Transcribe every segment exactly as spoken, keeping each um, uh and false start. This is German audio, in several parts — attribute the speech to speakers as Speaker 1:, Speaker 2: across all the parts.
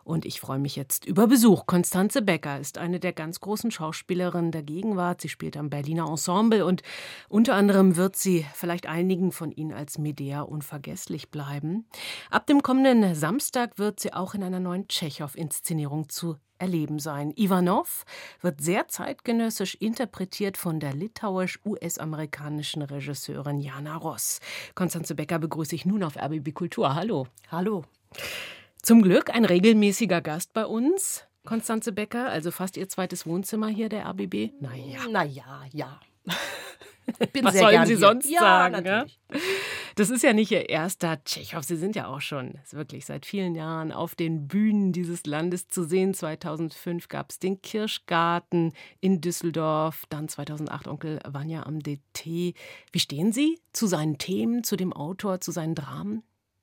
Speaker 1: Und ich freue mich jetzt über Besuch. Constanze Becker ist eine der ganz großen Schauspielerinnen der Gegenwart. Sie spielt am Berliner Ensemble und unter anderem wird sie vielleicht einigen von Ihnen als Medea unvergesslich bleiben. Ab dem kommenden Samstag wird sie auch in einer neuen Tschechow-Inszenierung zu erleben sein. Ivanov wird sehr zeitgenössisch interpretiert von der litauisch-U S-amerikanischen Regisseurin Jana Ross. Constanze Becker begrüße ich nun auf R B B Kultur. Hallo.
Speaker 2: Hallo.
Speaker 1: Zum Glück ein regelmäßiger Gast bei uns, Constanze Becker, also fast Ihr zweites Wohnzimmer hier, der R B B.
Speaker 2: Naja, naja, ja. Bin
Speaker 1: Was
Speaker 2: sehr
Speaker 1: sollen
Speaker 2: gern
Speaker 1: Sie
Speaker 2: hier.
Speaker 1: sonst
Speaker 2: ja,
Speaker 1: sagen?
Speaker 2: Natürlich.
Speaker 1: Ja? Das ist ja nicht Ihr erster Tschechow. Sie sind ja auch schon wirklich seit vielen Jahren auf den Bühnen dieses Landes zu sehen. zweitausendfünf gab es den Kirschgarten in Düsseldorf, dann zweitausendacht Onkel Vanya am D T. Wie stehen Sie zu seinen Themen, zu dem Autor, zu seinen Dramen?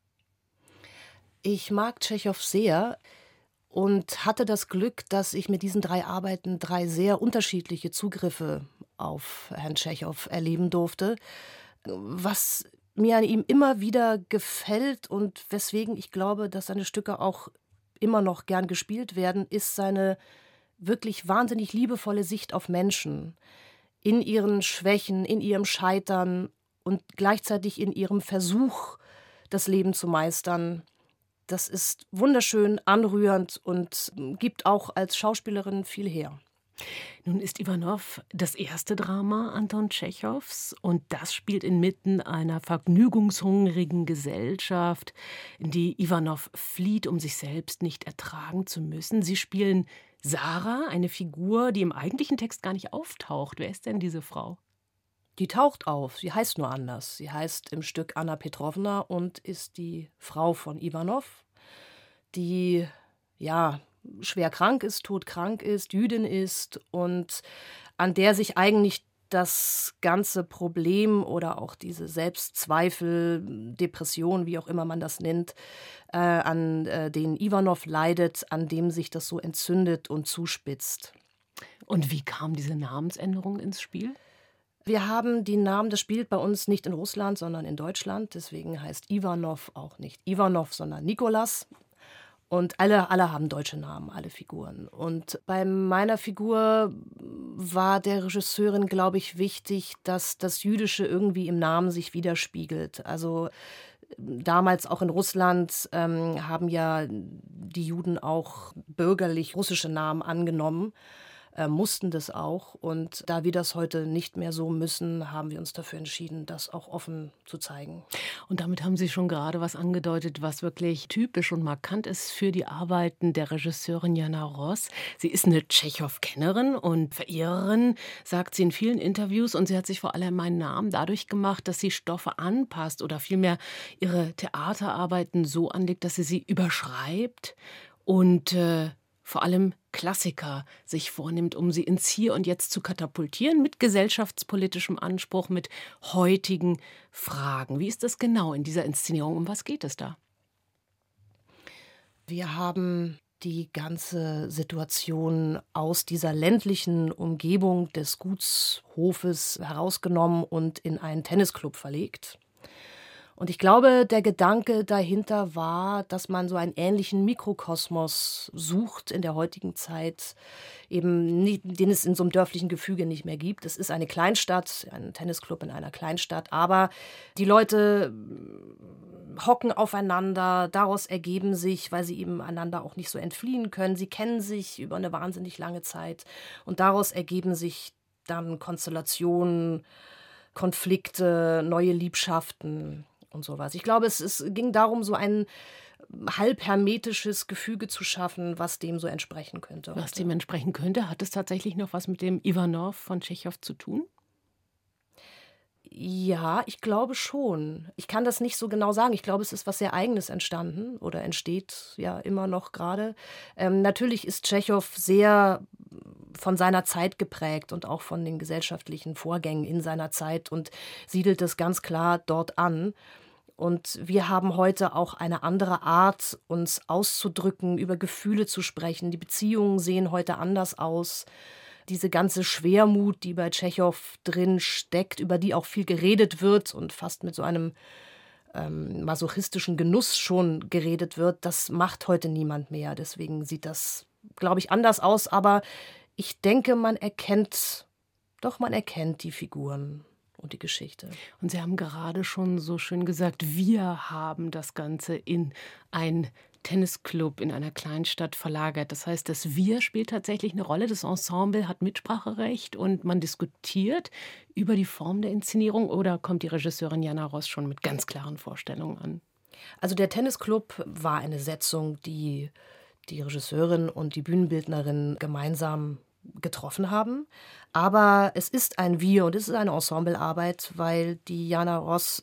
Speaker 2: Ich mag Tschechow sehr und hatte das Glück, dass ich mit diesen drei Arbeiten drei sehr unterschiedliche Zugriffe auf Herrn Tschechow erleben durfte. Was mir an ihm immer wieder gefällt und weswegen ich glaube, dass seine Stücke auch immer noch gern gespielt werden, ist seine wirklich wahnsinnig liebevolle Sicht auf Menschen. In ihren Schwächen, in ihrem Scheitern und gleichzeitig in ihrem Versuch, das Leben zu meistern. Das ist wunderschön, anrührend und gibt auch als Schauspielerin viel her.
Speaker 1: Nun ist Ivanov das erste Drama Anton Tschechows und das spielt inmitten einer vergnügungshungrigen Gesellschaft, in die Ivanov flieht, um sich selbst nicht ertragen zu müssen. Sie spielen Sarah, eine Figur, die im eigentlichen Text gar nicht auftaucht. Wer ist denn diese Frau?
Speaker 2: Die taucht auf, sie heißt nur anders. Sie heißt im Stück Anna Petrovna und ist die Frau von Ivanov, die, ja, schwer krank ist, todkrank ist, Jüdin ist und an der sich eigentlich das ganze Problem oder auch diese Selbstzweifel, Depression, wie auch immer man das nennt, äh, an äh, denen Ivanov leidet, an dem sich das so entzündet und zuspitzt.
Speaker 1: Und wie kam diese Namensänderung ins Spiel?
Speaker 2: Wir haben die Namen, das spielt bei uns nicht in Russland, sondern in Deutschland. Deswegen heißt Ivanov auch nicht Ivanov, sondern Nikolas. Und alle, alle haben deutsche Namen, alle Figuren. Und bei meiner Figur war der Regisseurin, glaube ich, wichtig, dass das Jüdische irgendwie im Namen sich widerspiegelt. Also damals auch in Russland ähm, haben ja die Juden auch bürgerlich russische Namen angenommen. Äh, mussten das auch. Und da wir das heute nicht mehr so müssen, haben wir uns dafür entschieden, das auch offen zu zeigen.
Speaker 1: Und damit haben Sie schon gerade was angedeutet, was wirklich typisch und markant ist für die Arbeiten der Regisseurin Jana Ross. Sie ist eine Tschechow-Kennerin und Verehrerin, sagt sie in vielen Interviews. Und sie hat sich vor allem einen Namen dadurch gemacht, dass sie Stoffe anpasst oder vielmehr ihre Theaterarbeiten so anlegt, dass sie sie überschreibt und äh, vor allem Klassiker sich vornimmt, um sie ins Hier und Jetzt zu katapultieren, mit gesellschaftspolitischem Anspruch, mit heutigen Fragen. Wie ist das genau in dieser Inszenierung? Um was geht es da?
Speaker 2: Wir haben die ganze Situation aus dieser ländlichen Umgebung des Gutshofes herausgenommen und in einen Tennisclub verlegt. Und ich glaube, der Gedanke dahinter war, dass man so einen ähnlichen Mikrokosmos sucht in der heutigen Zeit, eben nie, den es in so einem dörflichen Gefüge nicht mehr gibt. Es ist eine Kleinstadt, ein Tennisclub in einer Kleinstadt, aber die Leute hocken aufeinander, daraus ergeben sich, weil sie eben einander auch nicht so entfliehen können, sie kennen sich über eine wahnsinnig lange Zeit und daraus ergeben sich dann Konstellationen, Konflikte, neue Liebschaften und sowas. Ich glaube, es, es ging darum, so ein halb hermetisches Gefüge zu schaffen, was dem so entsprechen könnte.
Speaker 1: Was dem entsprechen könnte? Hat es tatsächlich noch was mit dem Ivanov von Tschechow zu tun?
Speaker 2: Ja, ich glaube schon. Ich kann das nicht so genau sagen. Ich glaube, es ist was sehr Eigenes entstanden oder entsteht ja immer noch gerade. Ähm, natürlich ist Tschechow sehr von seiner Zeit geprägt und auch von den gesellschaftlichen Vorgängen in seiner Zeit und siedelt es ganz klar dort an. Und wir haben heute auch eine andere Art, uns auszudrücken, über Gefühle zu sprechen. Die Beziehungen sehen heute anders aus. Diese ganze Schwermut, die bei Tschechow drin steckt, über die auch viel geredet wird und fast mit so einem ähm, masochistischen Genuss schon geredet wird, das macht heute niemand mehr. Deswegen sieht das, glaube ich, anders aus. Aber ich denke, man erkennt, doch man erkennt die Figuren und die Geschichte.
Speaker 1: Und Sie haben gerade schon so schön gesagt, wir haben das Ganze in ein Tennisclub in einer Kleinstadt verlagert. Das heißt, das Wir spielt tatsächlich eine Rolle. Das Ensemble hat Mitspracherecht und man diskutiert über die Form der Inszenierung, oder kommt die Regisseurin Jana Ross schon mit ganz klaren Vorstellungen an?
Speaker 2: Also der Tennisclub war eine Setzung, die die Regisseurin und die Bühnenbildnerin gemeinsam getroffen haben. Aber es ist ein Wir und es ist eine Ensemblearbeit, weil die Jana Ross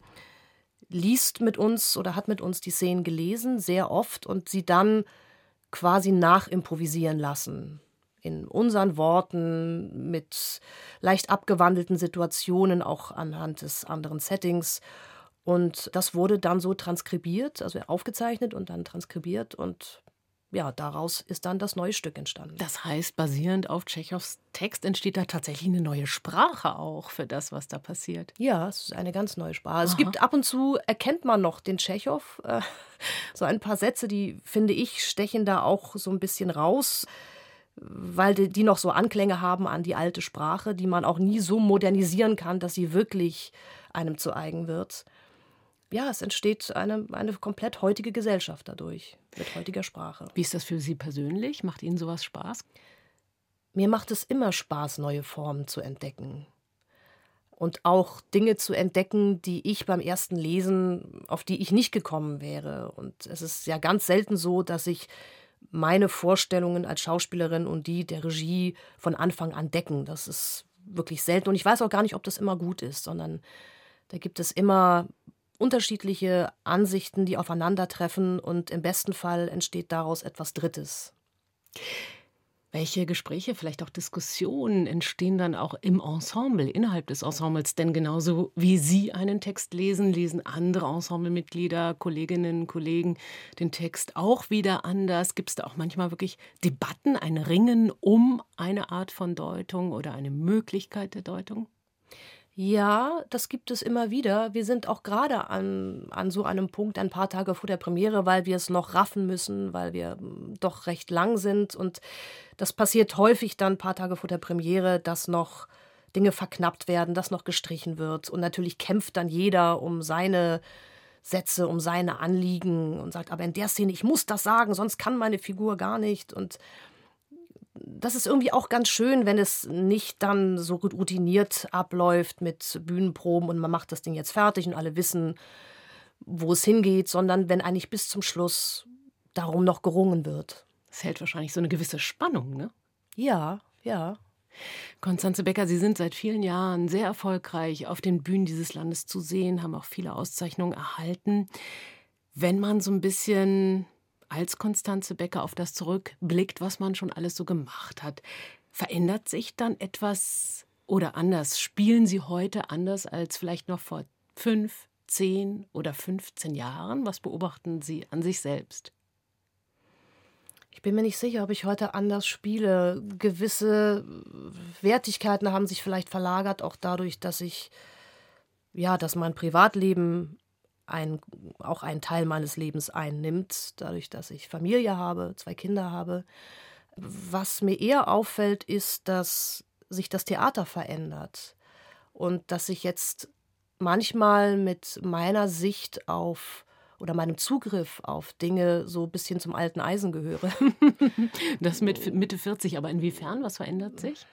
Speaker 2: liest mit uns oder hat mit uns die Szenen gelesen, sehr oft, und sie dann quasi nachimprovisieren lassen. In unseren Worten, mit leicht abgewandelten Situationen, auch anhand des anderen Settings. Und das wurde dann so transkribiert, also aufgezeichnet und dann transkribiert, und ja, daraus ist dann das neue Stück entstanden.
Speaker 1: Das heißt, basierend auf Tschechows Text entsteht da tatsächlich eine neue Sprache auch für das, was da passiert.
Speaker 2: Ja, es ist eine ganz neue Sprache. Es
Speaker 1: Aha.
Speaker 2: gibt ab und zu, erkennt man noch den Tschechow. Äh, so ein paar Sätze, die, finde ich, stechen da auch so ein bisschen raus, weil die, die noch so Anklänge haben an die alte Sprache, die man auch nie so modernisieren kann, dass sie wirklich einem zu eigen wird. Ja, es entsteht eine, eine komplett heutige Gesellschaft dadurch, mit heutiger Sprache.
Speaker 1: Wie ist das für Sie persönlich? Macht Ihnen sowas Spaß?
Speaker 2: Mir macht es immer Spaß, neue Formen zu entdecken. Und auch Dinge zu entdecken, die ich beim ersten Lesen, auf die ich nicht gekommen wäre. Und es ist ja ganz selten so, dass ich meine Vorstellungen als Schauspielerin und die der Regie von Anfang an decken. Das ist wirklich selten. Und ich weiß auch gar nicht, ob das immer gut ist, sondern da gibt es immer unterschiedliche Ansichten, die aufeinandertreffen, und im besten Fall entsteht daraus etwas Drittes.
Speaker 1: Welche Gespräche, vielleicht auch Diskussionen entstehen dann auch im Ensemble, innerhalb des Ensembles? Denn genauso wie Sie einen Text lesen, lesen andere Ensemblemitglieder, Kolleginnen, Kollegen den Text auch wieder anders. Gibt es da auch manchmal wirklich Debatten, ein Ringen um eine Art von Deutung oder eine Möglichkeit der Deutung?
Speaker 2: Ja, das gibt es immer wieder. Wir sind auch gerade an, an so einem Punkt ein paar Tage vor der Premiere, weil wir es noch raffen müssen, weil wir mm, doch recht lang sind. Und das passiert häufig dann ein paar Tage vor der Premiere, dass noch Dinge verknappt werden, dass noch gestrichen wird. Und natürlich kämpft dann jeder um seine Sätze, um seine Anliegen und sagt, aber in der Szene, ich muss das sagen, sonst kann meine Figur gar nicht. Und das ist irgendwie auch ganz schön, wenn es nicht dann so routiniert abläuft mit Bühnenproben und man macht das Ding jetzt fertig und alle wissen, wo es hingeht, sondern wenn eigentlich bis zum Schluss darum noch gerungen wird.
Speaker 1: Das hält wahrscheinlich so eine gewisse Spannung, ne?
Speaker 2: Ja, ja.
Speaker 1: Constanze Becker, Sie sind seit vielen Jahren sehr erfolgreich auf den Bühnen dieses Landes zu sehen, haben auch viele Auszeichnungen erhalten. Wenn man so ein bisschen als Constanze Becker auf das zurückblickt, was man schon alles so gemacht hat, verändert sich dann etwas oder anders? Spielen Sie heute anders als vielleicht noch vor fünf, zehn oder fünfzehn Jahren? Was beobachten Sie an sich selbst?
Speaker 2: Ich bin mir nicht sicher, ob ich heute anders spiele. Gewisse Wertigkeiten haben sich vielleicht verlagert, auch dadurch, dass ich, ja, dass mein Privatleben ein, auch einen Teil meines Lebens einnimmt, dadurch, dass ich Familie habe, zwei Kinder habe. Was mir eher auffällt, ist, dass sich das Theater verändert und dass ich jetzt manchmal mit meiner Sicht auf oder meinem Zugriff auf Dinge so ein bisschen zum alten Eisen gehöre.
Speaker 1: Das mit Mitte vierzig, aber inwiefern? Was verändert sich?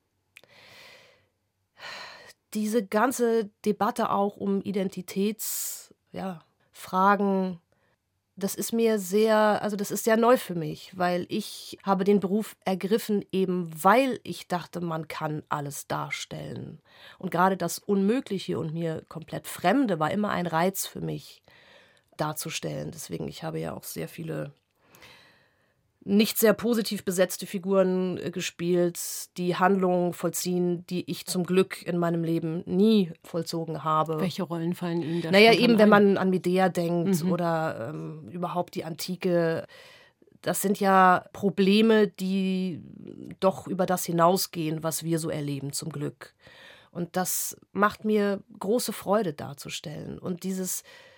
Speaker 2: Diese ganze Debatte auch um Identitäts ja, Fragen, das ist mir sehr, also das ist sehr neu für mich, weil ich habe den Beruf ergriffen, eben weil ich dachte, man kann alles darstellen. Und gerade das Unmögliche und mir komplett Fremde war immer ein Reiz für mich darzustellen. Deswegen, ich habe ja auch sehr viele nicht sehr positiv besetzte Figuren äh, gespielt, die Handlungen vollziehen, die ich zum Glück in meinem Leben nie vollzogen habe.
Speaker 1: Welche Rollen fallen Ihnen da?
Speaker 2: Naja, eben, wenn man an Medea denkt
Speaker 1: Mhm.
Speaker 2: oder ähm, überhaupt die Antike. Das sind ja Probleme, die doch über das hinausgehen, was wir so erleben, zum Glück. Und das macht mir große Freude darzustellen. Und dieses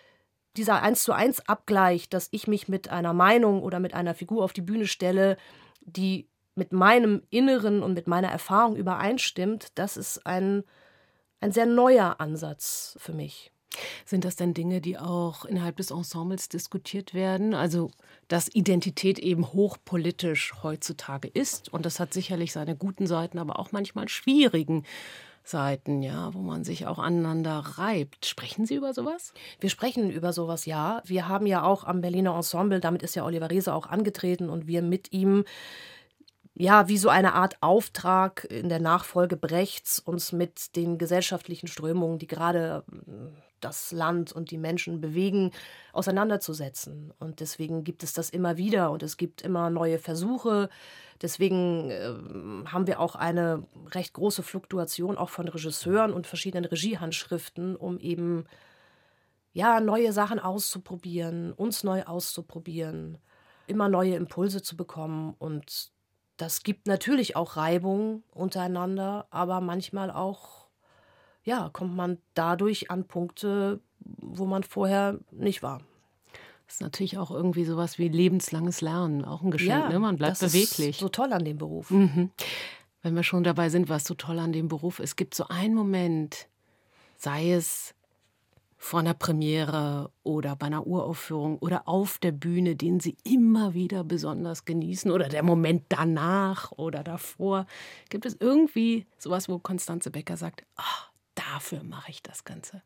Speaker 2: dieser eins zu eins Abgleich, dass ich mich mit einer Meinung oder mit einer Figur auf die Bühne stelle, die mit meinem Inneren und mit meiner Erfahrung übereinstimmt, das ist ein, ein sehr neuer Ansatz für mich.
Speaker 1: Sind das denn Dinge, die auch innerhalb des Ensembles diskutiert werden? Also, dass Identität eben hochpolitisch heutzutage ist. Und das hat sicherlich seine guten Seiten, aber auch manchmal schwierigen Seiten, ja, wo man sich auch aneinander reibt. Sprechen Sie über sowas?
Speaker 2: Wir sprechen über sowas, ja. Wir haben ja auch am Berliner Ensemble, damit ist ja Oliver Reese auch angetreten und wir mit ihm, ja, wie so eine Art Auftrag in der Nachfolge Brechts, uns mit den gesellschaftlichen Strömungen, die gerade das Land und die Menschen bewegen, auseinanderzusetzen. Und deswegen gibt es das immer wieder und es gibt immer neue Versuche. Deswegen äh, haben wir auch eine recht große Fluktuation auch von Regisseuren und verschiedenen Regiehandschriften, um eben ja, neue Sachen auszuprobieren, uns neu auszuprobieren, immer neue Impulse zu bekommen. Und das gibt natürlich auch Reibung untereinander, aber manchmal auch, ja, kommt man dadurch an Punkte, wo man vorher nicht war.
Speaker 1: Das ist natürlich auch irgendwie sowas wie lebenslanges Lernen, auch ein Geschenk,
Speaker 2: Ja,
Speaker 1: ne? Man bleibt
Speaker 2: das
Speaker 1: beweglich.
Speaker 2: ist so toll an dem Beruf.
Speaker 1: Mhm. Wenn wir schon dabei sind, was so toll an dem Beruf ist, gibt so einen Moment, sei es vor einer Premiere oder bei einer Uraufführung oder auf der Bühne, den Sie immer wieder besonders genießen, oder der Moment danach oder davor. Gibt es irgendwie sowas, wo Constanze Becker sagt, ah, dafür mache ich das Ganze?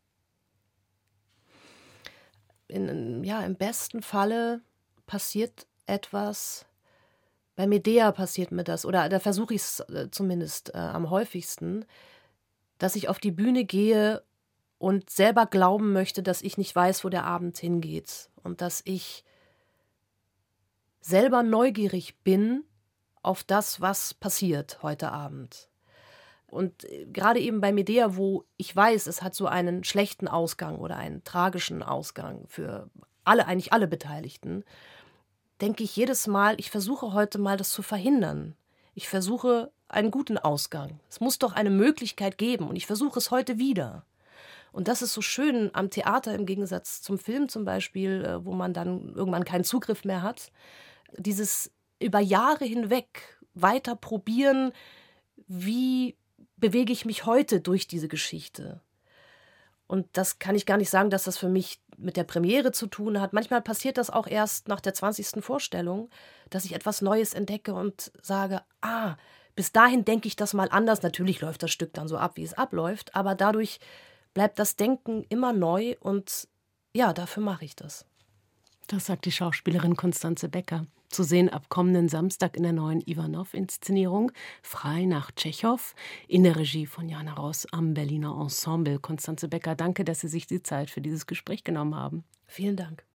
Speaker 2: In, ja, im besten Falle passiert etwas, bei Medea passiert mir das, oder da versuche ich es äh, zumindest äh, am häufigsten, dass ich auf die Bühne gehe und selber glauben möchte, dass ich nicht weiß, wo der Abend hingeht und dass ich selber neugierig bin auf das, was passiert heute Abend. Und gerade eben bei Medea, wo ich weiß, es hat so einen schlechten Ausgang oder einen tragischen Ausgang für alle, eigentlich alle Beteiligten, denke ich jedes Mal, ich versuche heute mal das zu verhindern. Ich versuche einen guten Ausgang. Es muss doch eine Möglichkeit geben und ich versuche es heute wieder. Und das ist so schön am Theater im Gegensatz zum Film zum Beispiel, wo man dann irgendwann keinen Zugriff mehr hat. Dieses über Jahre hinweg weiter probieren, wie bewege ich mich heute durch diese Geschichte. Und das kann ich gar nicht sagen, dass das für mich mit der Premiere zu tun hat. Manchmal passiert das auch erst nach der zwanzigsten Vorstellung, dass ich etwas Neues entdecke und sage, ah, bis dahin denke ich das mal anders. Natürlich läuft das Stück dann so ab, wie es abläuft, aber dadurch bleibt das Denken immer neu und ja, dafür mache ich das.
Speaker 1: Das sagt die Schauspielerin Constanze Becker. Zu sehen ab kommenden Samstag in der neuen Iwanow-Inszenierung Frei nach Tschechow in der Regie von Jana Ross am Berliner Ensemble. Constanze Becker, danke, dass Sie sich die Zeit für dieses Gespräch genommen haben.
Speaker 2: Vielen Dank.